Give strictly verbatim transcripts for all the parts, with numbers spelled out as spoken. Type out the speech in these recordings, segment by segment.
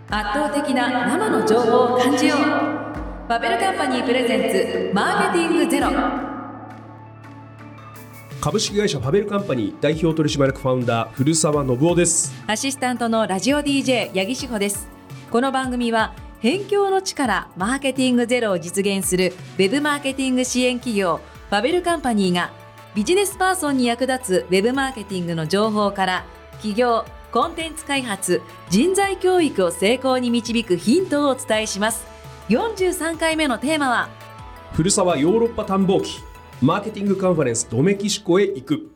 圧倒的な生の情報を感じよう。バベルカンパニープレゼンツマーケティングゼロ。 株式会社ファベルカンパニー代表取締役ファウンダー古澤信夫です。 アシスタントのラジオ ディージェー 八木志保です。この番組は辺境の地からマーケティングゼロを実現するウェブマーケティング支援企業ファベルカンパニーがビジネスパーソンに役立つウェブマーケティングの情報から企業、コンテンツ開発、人材教育を成功に導くヒントをお伝えします。よんじゅうさんかいめのテーマは古澤ヨーロッパ探訪記マーケティングカンファレンスドメキシコへ行く。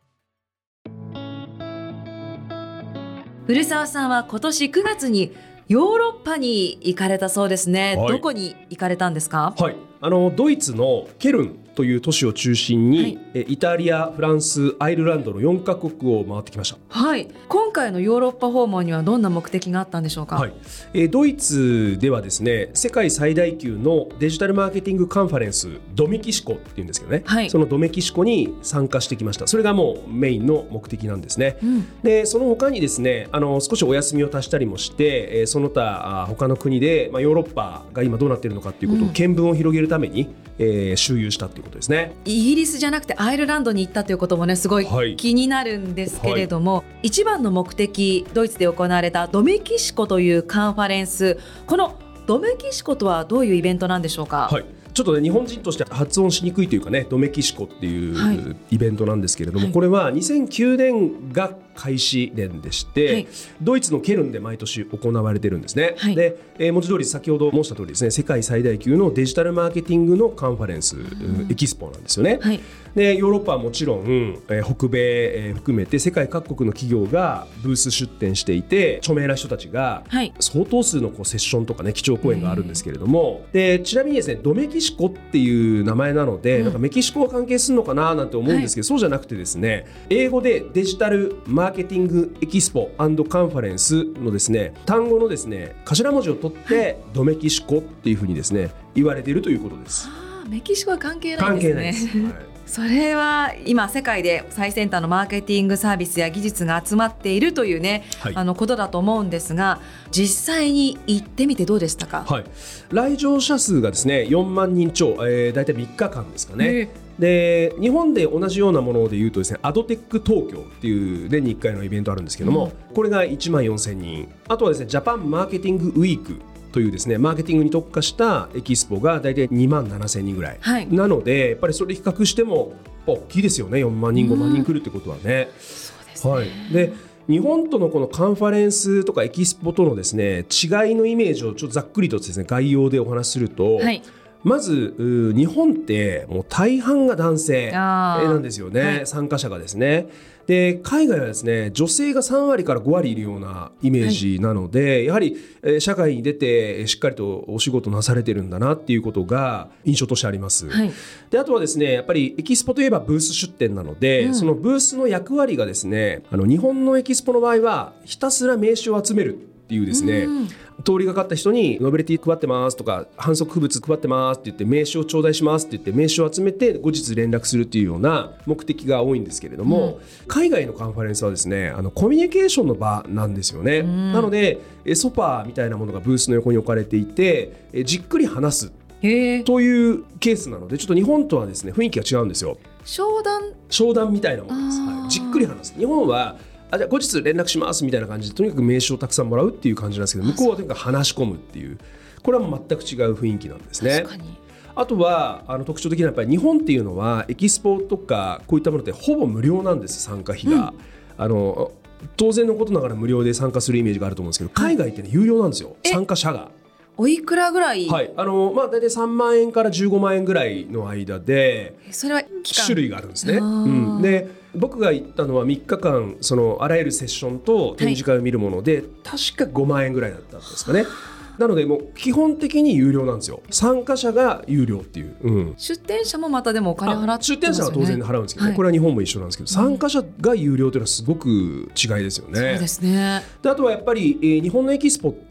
古澤さんは今年くがつにヨーロッパに行かれたそうですね、はい、どこに行かれたんですか？ はい、あのドイツのケルンという都市を中心に、はい、えイタリア、フランス、アイルランドのよんカ国を回ってきました。 はい、今回のヨーロッパ訪問にはどんな目的があったんでしょうか？ はい、えドイツではですね、世界最大級のデジタルマーケティングカンファレンスドメキシコっていうんですけどね、はい、そのドメキシコに参加してきました。それがもうメインの目的なんですね、うん、でその他にですね、あの少しお休みを足したりもして、えその他他の国で、まあ、ヨーロッパが今どうなっているのかっていうことを見聞を広げるために、えー、周遊したっていうことですね。 イギリスじゃなくてアイルランドに行ったということもね、すごい気になるんですけれども、はいはい、一番の目的、ドイツで行われたドメキシコというカンファレンス、このドメキシコとはどういうイベントなんでしょうか？はい、 ちょっとね、日本人として発音しにくいというかね、ドメキシコっていう、はい、イベントなんですけれども、はい、これはにせんきゅうねんが開始年でして、はい、ドイツのケルンで毎年行われてるんですね、はい、で、えー、文字通り先ほど申した通りですね、世界最大級のデジタルマーケティングのカンファレンス、うん、エキスポなんですよね、はい、でヨーロッパはもちろん、えー、北米、えー、含めて世界各国の企業がブース出展していて、著名な人たちが相当数のこうセッションとかね、基調講演があるんですけれども、でちなみにですね、ドメキシコっていう名前なので、うん、なんかメキシコが関係するのかななんて思うんですけど、はい、そうじゃなくてですね、英語でデジタルマーケティングエキスポ&カンファレンスのですね、単語のですね、頭文字を取って、はい、ドメキシコっていうふうにですね言われているということです。 あ、メキシコは関係ないんですね。関係ないです、はい、それは今世界で最先端のマーケティングサービスや技術が集まっているというね、はい、あのことだと思うんですが、実際に行ってみてどうでしたか？はい、 来場者数がですねよんまんにん超、えー、だいたいみっかかんですかね。で日本で同じようなものでいうとですね、アドテック東京っていう年にいっかいのイベントあるんですけども、うん、これがいちまんよんせんにん、あとはですねジャパンマーケティングウィークというですね、マーケティングに特化したエキスポがだいたいにまんななせんにんぐらい、はい、なのでやっぱりそれ比較しても大きいですよね。よんまんにん、ごまんにん来るってことはね、うん、そうですね、はい、で日本とのこのカンファレンスとかエキスポとのですね違いのイメージをちょっとざっくりとですね概要でお話しすると、はい、まず日本ってもう大半が男性なんですよね、はい、参加者がですね。で海外はですね女性がさんわりからごわりいるようなイメージなので、はい、やはり社会に出てしっかりとお仕事なされてるんだなっていうことが印象としてあります、はい、であとはですねやっぱりエキスポといえばブース出展なので、うん、そのブースの役割がですね、あの日本のエキスポの場合はひたすら名刺を集めるっていうですね、うん、通りがかった人にノベルティ配ってますとか販促物配ってますって言って名刺を頂戴しますって言って名刺を集めて後日連絡するっていうような目的が多いんですけれども、うん、海外のカンファレンスはですねあのコミュニケーションの場なんですよね、うん、なのでソファーみたいなものがブースの横に置かれていてじっくり話すというケースなので、ちょっと日本とはですね雰囲気が違うんですよ。 商談商談みたいなものです、はい、じっくり話す。日本はあじゃあ後日連絡しますみたいな感じでとにかく名刺をたくさんもらうっていう感じなんですけど、向こうはとにかく話し込むっていう、これはもう全く違う雰囲気なんですね。確かに。あとはあの特徴的なやっぱり日本っていうのはエキスポとかこういったものってほぼ無料なんです、参加費が、うん、あの当然のことながら無料で参加するイメージがあると思うんですけど、海外ってね有料なんですよ、参加者が。 おいくらぐらい？ はい、あのまあ、大体さんまんえんからじゅうごまんえんぐらいの間で、 それは種類があるんですね、うん、で僕が行ったのはみっかかんそのあらゆるセッションと展示会を見るもので、はい、確かごまんえんぐらいだったんですかね。なのでもう基本的に有料なんですよ。参加者が有料っていう、うん、 出店者もまたでもお金払ってますよね。出店者は当然払うんですけどね、はい、これは日本も一緒なんですけど、参加者が有料というのはすごく違いですよね、うん、そうですね。であとはやっぱり、えー、日本のエキスポって、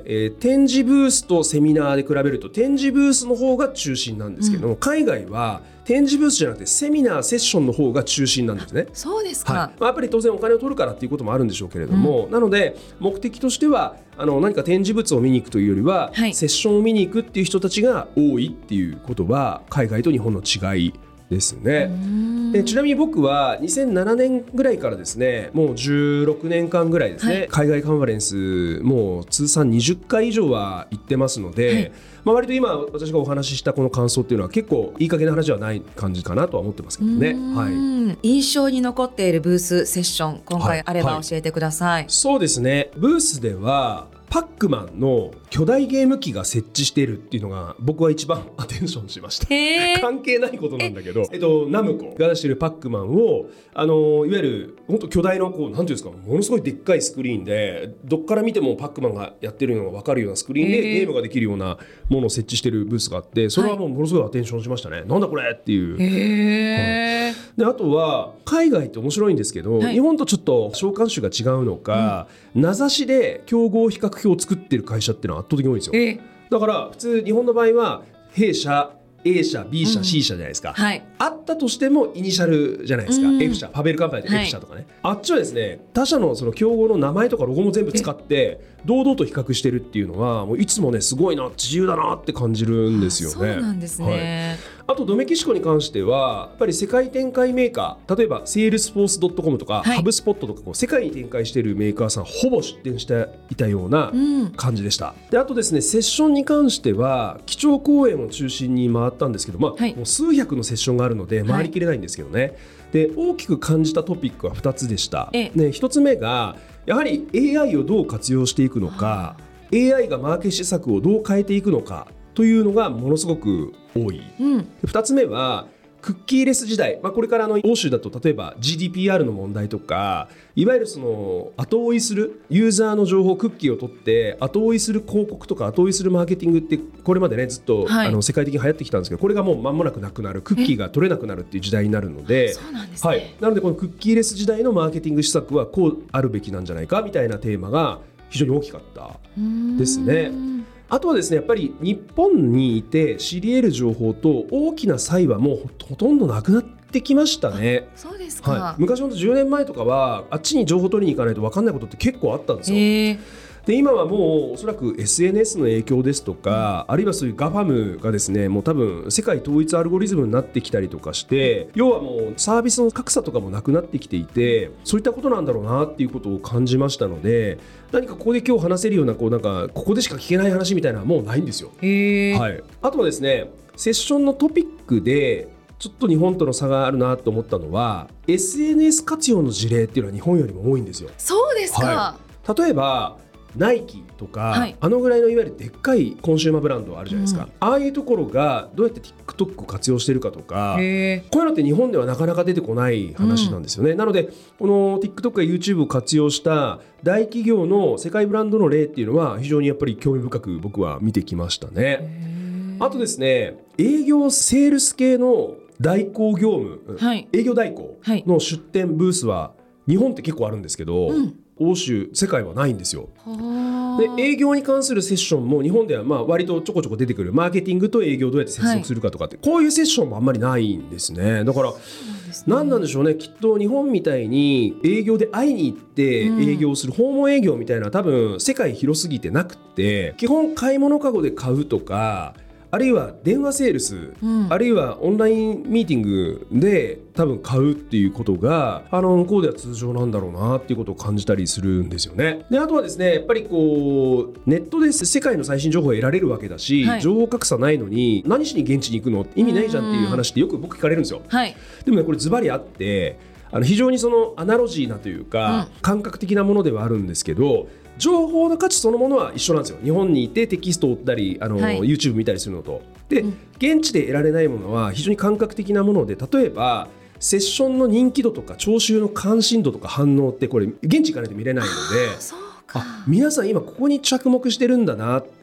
えー、展示ブースとセミナーで比べると展示ブースの方が中心なんですけども、うん、海外は展展示ブースじゃなくてセミナーセッションの方が中心なんですね。 そうですか、 はいまあ、やっぱり当然お金を取るからっていうこともあるんでしょうけれども、うん、なので目的としてはあの何か展示物を見に行くというよりは、はい、セッションを見に行くっていう人たちが多いっていうことは海外と日本の違いですね。でちなみに僕はにせんななねんぐらいからですねもうじゅうろくねんかんぐらいですね、はい、海外カンファレンスもう通算にじゅっかい以上は行ってますので、はいまあ、割と今私がお話ししたこの感想っていうのは結構いい加減な話ではない感じかなとは思ってますけどね、はい、 印象に残っているブースセッション今回あれば教えてください、はいはい、 そうですねブースではパックマンの巨大ゲーム機が設置しているっていうのが僕は一番アテンションしました。関係ないことなんだけど、えっと、ナムコが出しているパックマンをあのいわゆる本当巨大のこうなんていうんですかものすごいでっかいスクリーンでどっから見てもパックマンがやってるのが分かるようなスクリーンでゲームができるようなものを設置しているブースがあってそれはもうものすごいアテンションしましたね、はい、なんだこれっていう。へー、はい、であとは海外って面白いんですけど、はい、日本とちょっと召喚種が違うのか、うん、名指しで競合比較表を作ってる会社っていうのは圧倒的に多いんですよ。えー、だから普通日本の場合は弊社A 社 B 社、うん、C 社じゃないですか、はい、あったとしてもイニシャルじゃないですか、うん、F 社ファベルカンパニーで F 社とかね、はい、あっちはですね他社のその競合の名前とかロゴも全部使って堂々と比較してるっていうのはもういつもねすごいな自由だなって感じるんですよね。 そうなんですね、 はい、あとドメキシコに関してはやっぱり世界展開メーカー例えばセールスフォース .com とか、はい、ハブスポットとかこう世界に展開しているメーカーさんほぼ出展していたような感じでした、うん、であとですねセッションに関しては基調講演を中心に回ったんですけど、まあはい、もう数百のセッションがあるので回りきれないんですけどね、はい、で大きく感じたトピックはふたつでした、ね、ひとつめがやはり エーアイ をどう活用していくのか エーアイ がマーケ施策をどう変えていくのかというのがものすごく多い、うん、ふたつめはクッキーレス時代、まあ、これからあの欧州だと例えば ジーディーピーアール の問題とかいわゆるその後追いするユーザーの情報クッキーを取って後追いする広告とか後追いするマーケティングってこれまでねずっと、はい、あの世界的に流行ってきたんですけどこれがもう間もなくなくなるクッキーが取れなくなるっていう時代になるので、 そうなんですね、 はい、なのでこのクッキーレス時代のマーケティング施策はこうあるべきなんじゃないかみたいなテーマが非常に大きかったですね。あとはですねやっぱり日本にいて知り得る情報と大きな差異はもうほとんどなくなってきましたね。 そうですか、 はい、昔ほんとじゅうねんまえとかはあっちに情報取りに行かないと分かんないことって結構あったんですよ。で今はもうおそらく エスエヌエス の影響ですとか、うん、あるいはそういう ガファム がですねもう多分世界統一アルゴリズムになってきたりとかして、うん、要はもうサービスの格差とかもなくなってきていてそういったことなんだろうなっていうことを感じましたので何かここで今日話せるようなこうなんかここでしか聞けない話みたいなのはもうないんですよ。へー、はい、あとはですねセッションのトピックでちょっと日本との差があるなと思ったのは エスエヌエス 活用の事例っていうのは日本よりも多いんですよ。 そうですか、 はい、例えばナイキとか、はい、あのぐらいのいわゆるでっかいコンシューマーブランドあるじゃないですか、うん、ああいうところがどうやって TikTok を活用してるかとかこういうのって日本ではなかなか出てこない話なんですよね、うん、なのでこの TikTok や YouTube を活用した大企業の世界ブランドの例っていうのは非常にやっぱり興味深く僕は見てきましたね。あとですね営業セールス系の代行業務、はい、営業代行の出店ブースは日本って結構あるんですけど、うん欧州世界はないんですよ。で営業に関するセッションも日本ではまあ割とちょこちょこ出てくるマーケティングと営業をどうやって接続するかとかって、はい、こういうセッションもあんまりないんですね。だから何なんでしょうねきっと日本みたいに営業で会いに行って営業する、うん、訪問営業みたいな多分世界広すぎてなくって基本買い物カゴで買うとかあるいは電話セールス、うん、あるいはオンラインミーティングで多分買うっていうことがあの向こうでは通常なんだろうなっていうことを感じたりするんですよね。であとはですねやっぱりこうネットで世界の最新情報を得られるわけだし、はい、情報格差ないのに何しに現地に行くの意味ないじゃんっていう話ってよく僕聞かれるんですよ、はい、でもねこれズバリあってあの非常にそのアナロジーなというか、うん、感覚的なものではあるんですけど情報の価値そのものは一緒なんですよ。日本にいてテキストを追ったりあの、はい、YouTube 見たりするのとで、うん、現地で得られないものは非常に感覚的なもので例えばセッションの人気度とか聴衆の関心度とか反応ってこれ現地行かないと見れないのであ皆さん今ここに着目してるんだなっ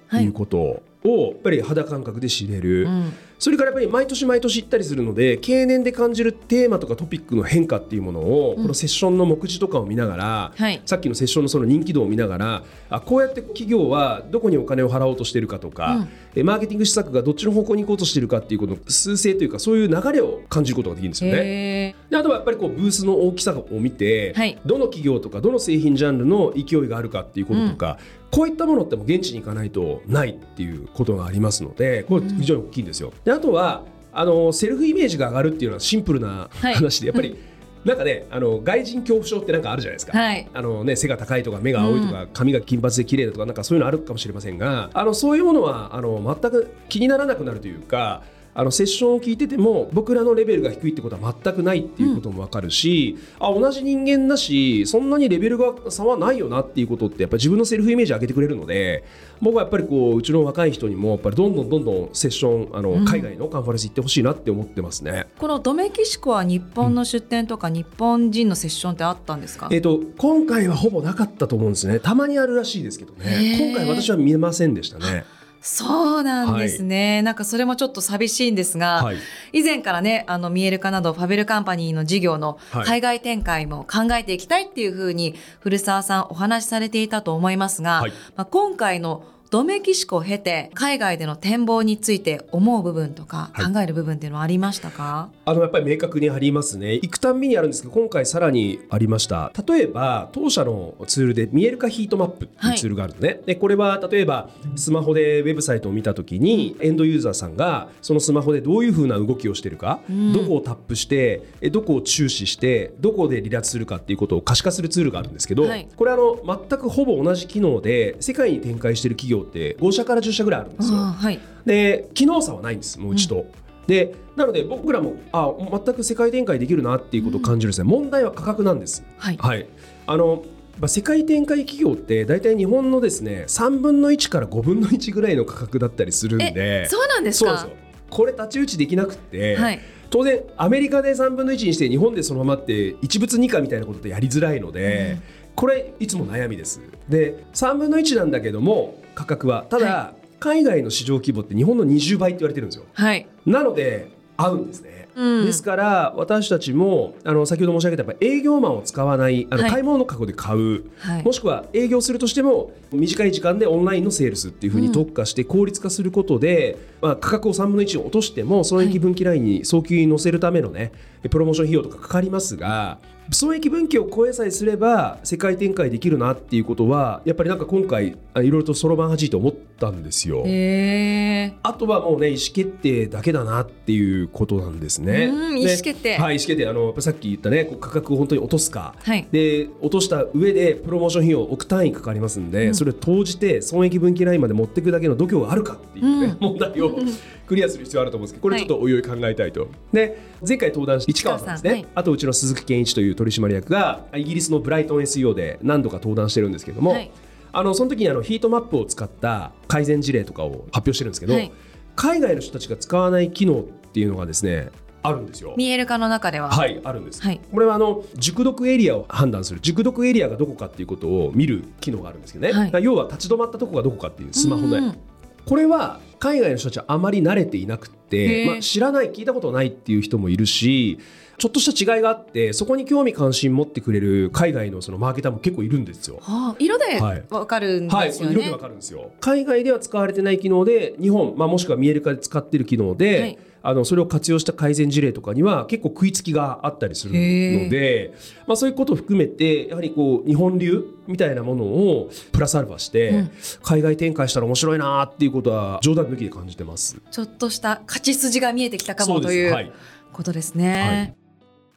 っていうことをやっぱり肌感覚で知れる、 うん、 それからやっぱり毎年毎年行ったりするので経年で感じるテーマとかトピックの変化っていうものを、うん、このセッションの目次とかを見ながら、はい、さっきのセッションのその人気度を見ながらあこうやって企業はどこにお金を払おうとしているかとか、うん、マーケティング施策がどっちの方向に行こうとしているかっていうことの数勢というかそういう流れを感じることができるんですよね。であとはやっぱりこうブースの大きさを見て、はい、どの企業とかどの製品ジャンルの勢いがあるかっていうこととか、うん、こういったものっても現地に行かないとないっていうことがありますのでこれ非常に大きいんですよ。であとはあのセルフイメージが上がるっていうのはシンプルな話で、はい、やっぱりなんかねあの外人恐怖症ってなんかあるじゃないですか、はいあのね、背が高いとか目が青いとか、うん、髪が金髪で綺麗だとかなんかそういうのあるかもしれませんがあのそういうものはあの全く気にならなくなるというかあのセッションを聞いてても僕らのレベルが低いってことは全くないっていうことも分かるし、うん、あ同じ人間だしそんなにレベルが差はないよなっていうことってやっぱり自分のセルフイメージ上げてくれるので僕はやっぱりこううちの若い人にもやっぱりどんどんどんどんセッションあの、うん、海外のカンファレンス行ってほしいなって思ってますね。 このドメキシコは日本の出店とか、うん、日本人のセッションってあったんですか？ えーと、今回はほぼなかったと思うんですね。たまにあるらしいですけどね今回私は見えませんでしたね。 そうなんですね、はい、なんかそれもちょっと寂しいんですが、はい、以前からねあの見える化などファベルカンパニーの事業の海外展開も考えていきたいっていうふうに古澤さんお話しされていたと思いますが、はいまあ、今回のドメキシコを経て海外での展望について思う部分とか考える部分っていうのはありましたか？はい、 あのやっぱり明確にありますね。行くたんびにあるんですけど今回さらにありました。例えば当社のツールで見える化ヒートマップっていうツールがあるのね、はい、でこれは例えばスマホでウェブサイトを見たときにエンドユーザーさんがそのスマホでどういう風な動きをしているか、うん、どこをタップしてどこを注視してどこで離脱するかっていうことを可視化するツールがあるんですけど、はい、これあの全くほぼ同じ機能で世界に展開している企業ってごしゃからじゅっしゃぐらいあるんですよ、はい、で機能差はないんですもううちと、うん、でなので僕らもあ全く世界展開できるなっていうことを感じるんですね、うん、問題は価格なんです、はいはい、あの世界展開企業って大体日本のですねさんぶんのいちからごぶんのいちぐらいの価格だったりするんで。 えそうなんですか？ そうですよ。これ太刀打ちできなくって、はい、当然アメリカでさんぶんのいちにして日本でそのままって一物二価みたいなことってやりづらいので、うん、これいつも悩みです。でさんぶんのいちなんだけども価格はただ、はい、海外の市場規模って日本のにじゅうばいって言われてるんですよ、はい、なので合うんですね、うん、ですから私たちもあの先ほど申し上げたやっぱ営業マンを使わないあの、はい、買い物の格好で買う、はい、もしくは営業するとしても短い時間でオンラインのセールスっていう風に特化して効率化することで、うんまあ、価格をさんぶんのいちに落としても損益分岐ラインに早急に乗せるためのねプロモーション費用とかかかりますが損益分岐を超えさえすれば世界展開できるなっていうことはやっぱりなんか今回いろいろとそろばんはじいて思ったんですよ。へー。あとはもうね意思決定だけだなっていうことなんですね。 うん意思決定、 はい、意思決定あのさっき言ったねこう価格を本当に落とすか、はい、で落とした上でプロモーション費用億単位かかりますんで、うん、それを投じて損益分岐ラインまで持っていくだけの度胸があるかっていう、ねうん、問題をクリアする必要があると思うんですけどこれちょっとおいおい考えたいと、はい、で前回登壇した市川さんですね、はい、あとうちの鈴木健一という取締役がイギリスのブライトン エスイーオー で何度か登壇してるんですけども、はい、あのその時にあのヒートマップを使った改善事例とかを発表してるんですけど、はい、海外の人たちが使わない機能っていうのがですねあるんですよ。 見える化の中でははいあるんです、はい、これはあの熟読エリアを判断する熟読エリアがどこかっていうことを見る機能があるんですけどね、はい、要は立ち止まったとこがどこかっていうスマホでこれは海外の人たちはあまり慣れていなくて、まあ、知らない聞いたことないっていう人もいるしちょっとした違いがあってそこに興味関心持ってくれる海外のそのマーケターも結構いるんですよ、 はあ、色で分かるんですよね、はいはい、 色で分かるんですよ。海外では使われてない機能で日本、まあ、もしくは見える化で使ってる機能で、はい、あのそれを活用した改善事例とかには結構食いつきがあったりするので、まあ、そういうことを含めてやはりこう日本流みたいなものをプラスアルファして、うん、海外展開したら面白いなっていうことは冗談抜きで感じてます。 ちょっとした勝ち筋が見えてきたかもという、はい、ことですね、はい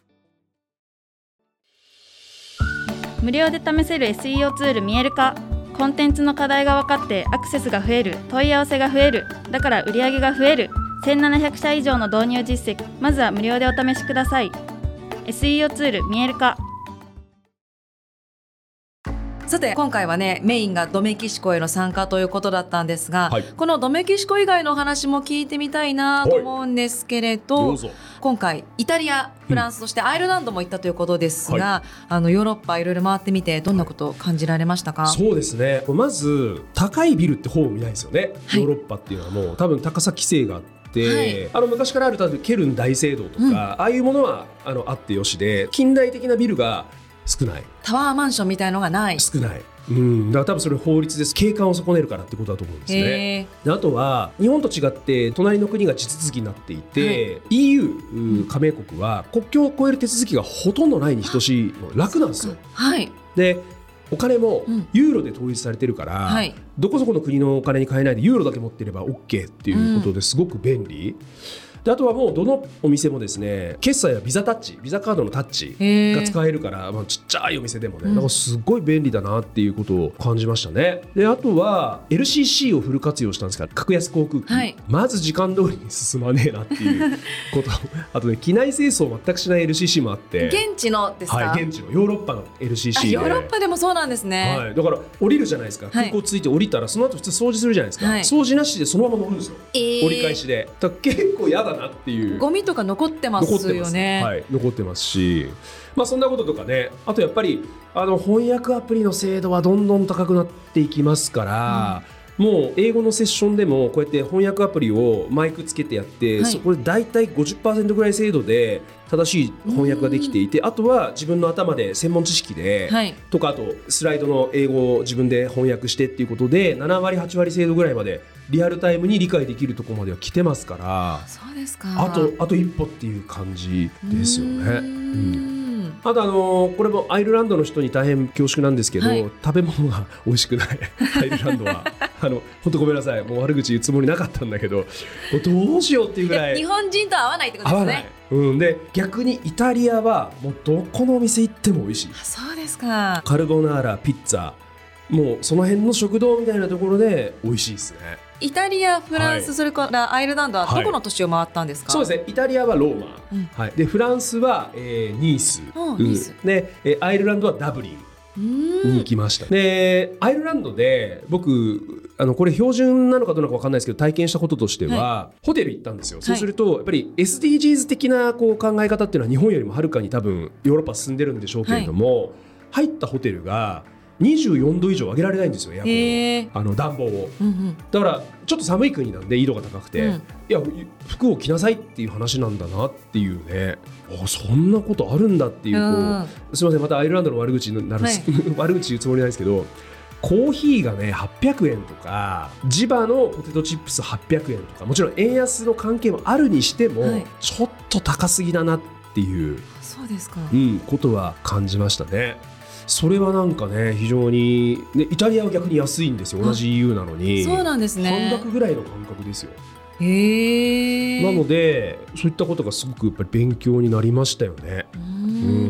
無料で試せる エスイーオー ツール見える化。コンテンツの課題が分かってアクセスが増える、問い合わせが増える、だから売上が増える。せんななひゃくしゃ以上の導入実績。まずは無料でお試しください。 エスイーオー ツール見える化。 さて今回はねメインがドメキシコへの参加ということだったんですが、 はい、 このドメキシコ以外のお話も聞いてみたいなと思うんですけれど、 どうぞ。 今回イタリア、フランス、そしてアイルランドも行ったということですが、 はあのヨーロッパいろいろ回ってみてどんなことを感じられましたか？ そうですね、まず高いビルってほぼ見ないですよね、 はい、 ヨーロッパっていうのはもう多分高さ規制があって、 はい、 あの昔からある例えばケルン大聖堂とか、うん、ああいうものはあのあってよしで、近代的なビルが少ない、 タワーマンションみたいのがない、 少ない、うん、だから多分それ法律です。景観を損ねるからってことだと思うんですね。であとは日本と違って隣の国が地続きになっていて、はい、イーユー 加盟国は国境を越える手続きがほとんどないに等しいの、楽なんですよ。 はい、 でお金もユーロで統一されてるから、うんはい、どこそこの国のお金に換えないでユーロだけ持ってれば OK っていうことですごく便利、うんであとはもうどのお店もですね、決済はビザタッチ、ビザカードのタッチが使えるから、まあ、ちっちゃいお店でもね、うん、なんかすごい便利だなっていうことを感じましたね。であとは エルシーシー をフル活用したんですから格安航空機、はい、まず時間通りに進まねえなっていうことあとね、機内清掃を全くしない エルシーシー もあって、 現地のですか？ はい、現地のヨーロッパの エルシーシー で、 ヨーロッパでもそうなんですね、 はい、だから降りるじゃないですか、空港着いて降りたらその後普通掃除するじゃないですか、はい、掃除なしでそのまま乗るんですよ、えー、折り返しで。だから結構嫌だなっていう、 ゴミとか残ってますよね。 はい、残ってますし、まあ、そんなこととかね。あとやっぱりあの翻訳アプリの精度はどんどん高くなっていきますから、うん、もう英語のセッションでもこうやって翻訳アプリをマイクつけてやって、はい、そこでだいたい ごじゅっパーセント ぐらい精度で正しい翻訳ができていて、あとは自分の頭で専門知識で、はい、とかあとスライドの英語を自分で翻訳してっていうことでななわりはちわり精度ぐらいまでリアルタイムに理解できるところまでは来てますから、 そうですか。 あとあと一歩っていう感じですよね。うん、あとあのー、これもアイルランドの人に大変恐縮なんですけど、はい、食べ物が美味しくないアイルランドはあの本当ごめんなさい、もう悪口言うつもりなかったんだけどどうしようっていうぐらい日本人と合わないってことですね。合わない、 うん、で逆にイタリアはもうどこのお店行っても美味しい。 そうですか。 カルボナーラ、ピッツァ、もうその辺の食堂みたいなところで美味しいですね。 イタリア、フランス、はい、それからアイルランドはどこの都市を回ったんですか？ はい、そうですね、イタリアはローマ、うんはい、でフランスは、えー、ニース、うん、ニースで、えー、アイルランドはダブリンに行きました。でアイルランドで僕あのこれ標準なのかどうなのか分かんないですけど体験したこととしては、はい、ホテル行ったんですよ、はい、そうするとやっぱり エスディージーズ 的なこう考え方っていうのは日本よりもはるかに多分ヨーロッパ進んでるんでしょうけれども、はい、入ったホテルがにじゅうよんど以上上げられないんですよ、エアコン、あの暖房を、うんうん、だからちょっと寒い国なんで緯度が高くて、うん、いや服を着なさいっていう話なんだなっていうね、あそんなことあるんだっていう、こう、うん、すいませんまたアイルランドの悪口になる、はい、悪口言うつもりないですけど、コーヒーがねはっぴゃくえんとか地場のポテトチップスはっぴゃくえんとか、もちろん円安の関係もあるにしても、はい、ちょっと高すぎだなっていう、 そうですか、 うん、ことは感じましたね。それはなんかね非常に、ね、イタリアは逆に安いんですよ、同じ イーユー なのに。 そうなんですね、 半額ぐらいの感覚ですよ。 へー。 なのでそういったことがすごくやっぱり勉強になりましたよね。 うん、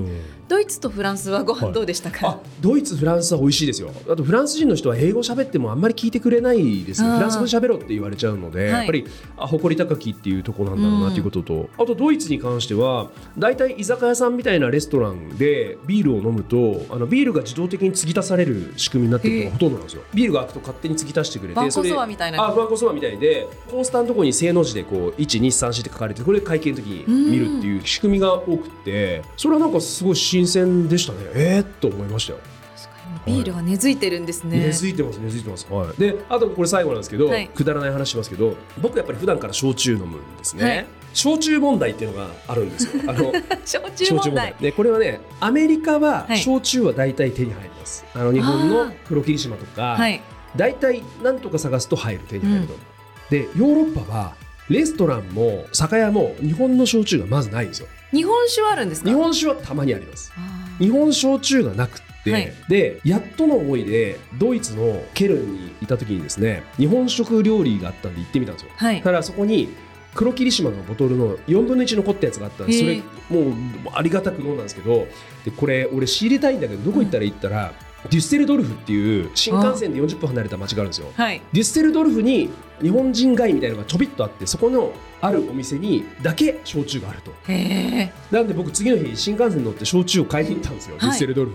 ドイツとフランスはご飯どうでしたか？ はい、あドイツ、フランスは美味しいですよ。あとフランス人の人は英語喋ってもあんまり聞いてくれないですね。フランス語で喋ろうって言われちゃうので、はい、やっぱりあ誇り高きっていうところなんだろうなということと、うん、あとドイツに関してはだいたい居酒屋さんみたいなレストランでビールを飲むとあのビールが自動的に継ぎ足される仕組みになっているのがほとんどなんですよ。ビールが開くと勝手に継ぎ足してくれて、 バンコそばみたいな。 あバンコそばみたいでコースターのところに正の字でこういちにさんしって書かれて、これ会計の時に見るっていう仕組みが多くて、それはなんかすごい新鮮でしたね。えーっと思いましたよ。 確かにビールが根付いてるんですね。 はい、根付いてます根付いてます、はい、であとこれ最後なんですけど、はい、くだらない話しますけど、僕やっぱり普段から焼酎飲むんですね。はい、焼酎問題っていうのがあるんですよ。あの焼酎問題でこれはねアメリカは焼酎は大体手に入ります。はい、あの日本の黒霧島とか、はい、大体なんとか探すと入る手に入ると、うん、でヨーロッパはレストランも酒屋も日本の焼酎がまずないんですよ。 日本酒はあるんですか？ 日本酒はたまにあります。日本焼酎がなくて、はい、でやっとの思いでドイツのケルンにいた時にですね日本食料理があったんで行ってみたんですよ。はい、ただそこに黒霧島のボトルのよんぶんのいち残ったやつがあったんで、それもうありがたく飲んだんですけど、でこれ俺仕入れたいんだけどどこ行ったらいいって言ったら、うん、デュッセルドルフっていう新幹線でよんじゅっぷん離れた街があるんですよ。はい、デュッセルドルフに日本人街みたいなのがちょびっとあって、そこのあるお店にだけ焼酎があると。へー。なんで僕次の日新幹線に乗って焼酎を買いに行ったんですよ、はい、デュッセルドルフに。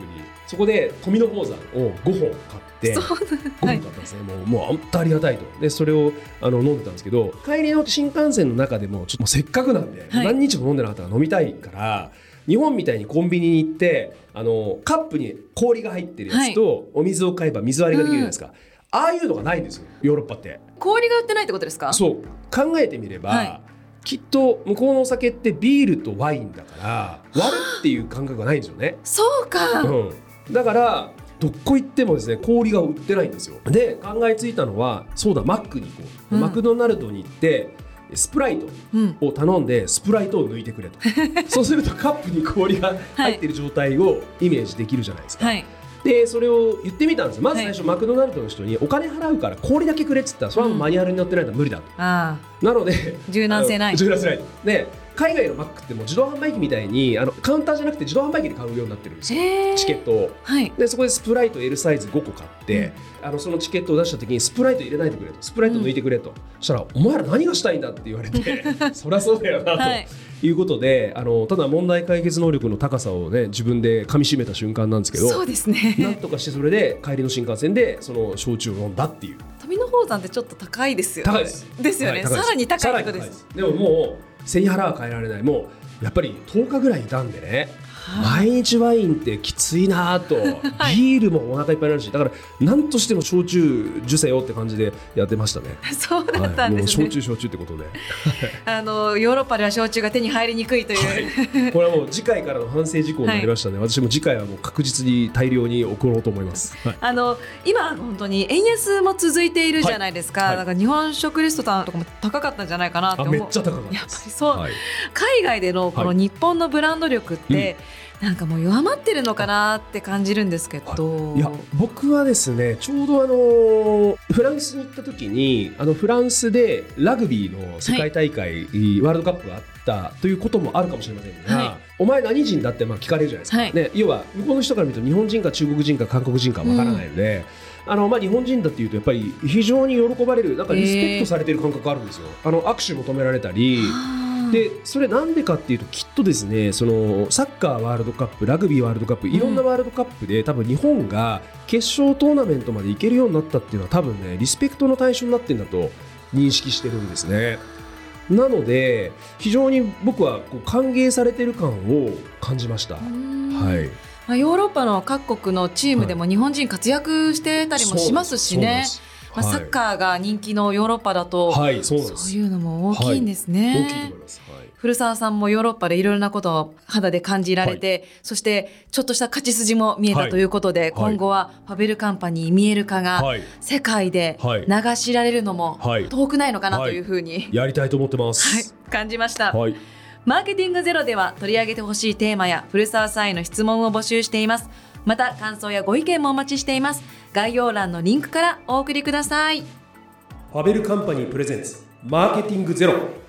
そこで富野宝山をごほん買ってごほん買ったんですね、はい、もうもう本当ありがたいと。でそれをあの飲んでたんですけど、帰りの新幹線の中でもちょっともうせっかくなんで、はい、何日も飲んでなかったら飲みたいから、日本みたいにコンビニに行ってあのカップに氷が入ってるやつとお水を買えば水割りができるじゃないですか、うん、ああいうのがないんですよヨーロッパって。 氷が売ってないってことですか？そう考えてみれば、はい、きっと向こうのお酒ってビールとワインだから割るっていう感覚がないんですよね。 そうか、 うん、だからどこ行ってもですね氷が売ってないんですよ。で考えついたのは、そうだマックに行こう、うん、マクドナルドに行ってスプライトを頼んでスプライトを抜いてくれと、うん、そうするとカップに氷が入ってる状態をイメージできるじゃないですか、はい、でそれを言ってみたんですよ。まず最初、はい、マクドナルドの人にお金払うから氷だけくれって言ったら、それはマニュアルに載ってないと無理だと、うん、あなので柔軟性ない柔軟性ないで、海外のマックってもう自動販売機みたいにあのカウンターじゃなくて自動販売機で買うようになってるんですよ、チケットを、はい、でそこでスプライト L サイズごこ買って、うん、あのそのチケットを出した時にスプライト入れないでくれと、スプライト抜いてくれと、うん、そしたらお前ら何がしたいんだって言われてそりゃそうだよなと、はいいうことで、あのただ問題解決能力の高さを、ね、自分で噛み締めた瞬間なんですけど、 そうですね、 なんとかしてそれで帰りの新幹線でその焼酎を飲んだっていう。 富野宝山ってちょっと高いですよね。 高いですですよね、はい、さらに高いことです。 でももう背に腹は変えられない。もうやっぱりとおかぐらいいたんでね、毎日ワインってきついなと、はい、ビールもお腹いっぱいになるし、だから何としても焼酎受精よって感じでやってましたね。 そうだったんですね、 はい、もう焼酎焼酎ってことであのヨーロッパでは焼酎が手に入りにくいという、 はい、これはもう次回からの反省事項になりましたね、はい、私も次回はもう確実に大量に送ろうと思います、はい、 あの今本当に円安も続いているじゃないですか、はいはい、だから日本食レストランとかも高かったんじゃないかなって思う。 めっちゃ高かったです。 やっぱりそう、はい、海外でのこの日本のブランド力って、はい、うんなんかもう弱まってるのかなって感じるんですけど。 いや僕はですね、ちょうどあのフランスに行った時に、あのフランスでラグビーの世界大会、はい、ワールドカップがあったということもあるかもしれませんが、はい、お前何人だってまあ聞かれるじゃないですか、はいね、要は向こうの人から見ると日本人か中国人か韓国人かわからないので、うん、あのまあ日本人だっていうとやっぱり非常に喜ばれる、なんかリスペクトされてる感覚があるんですよ。あの握手求められたりで、それなんでかっていうと、きっとですね、そのサッカーワールドカップ、ラグビーワールドカップ、いろんなワールドカップで、うん、多分日本が決勝トーナメントまで行けるようになったっていうのは多分ね、リスペクトの対象になってるんだと認識してるんですね。なので非常に僕はこう歓迎されてる感を感じました。はい、 まあ、ヨーロッパの各国のチームでも日本人活躍してたりもしますしね、はいまあ、サッカーが人気のヨーロッパだと、はい、そうなんです。そういうのも大きいんですね、 はい、大きいと思います、はい、 古澤さんもヨーロッパでいろいろなことを肌で感じられて、はい、そしてちょっとした勝ち筋も見えたということで、はい、今後はファベルカンパニーミエル化が世界で流しられるのも遠くないのかなというふうに、はいはい、 やりたいと思ってます、 はい、感じました、 はい、 マーケティングゼロでは取り上げてほしいテーマや古澤さんへの質問を募集しています。また感想やご意見もお待ちしています。概要欄のリンクからお送りください。 ファベルカンパニープレゼンツマーケティングゼロ。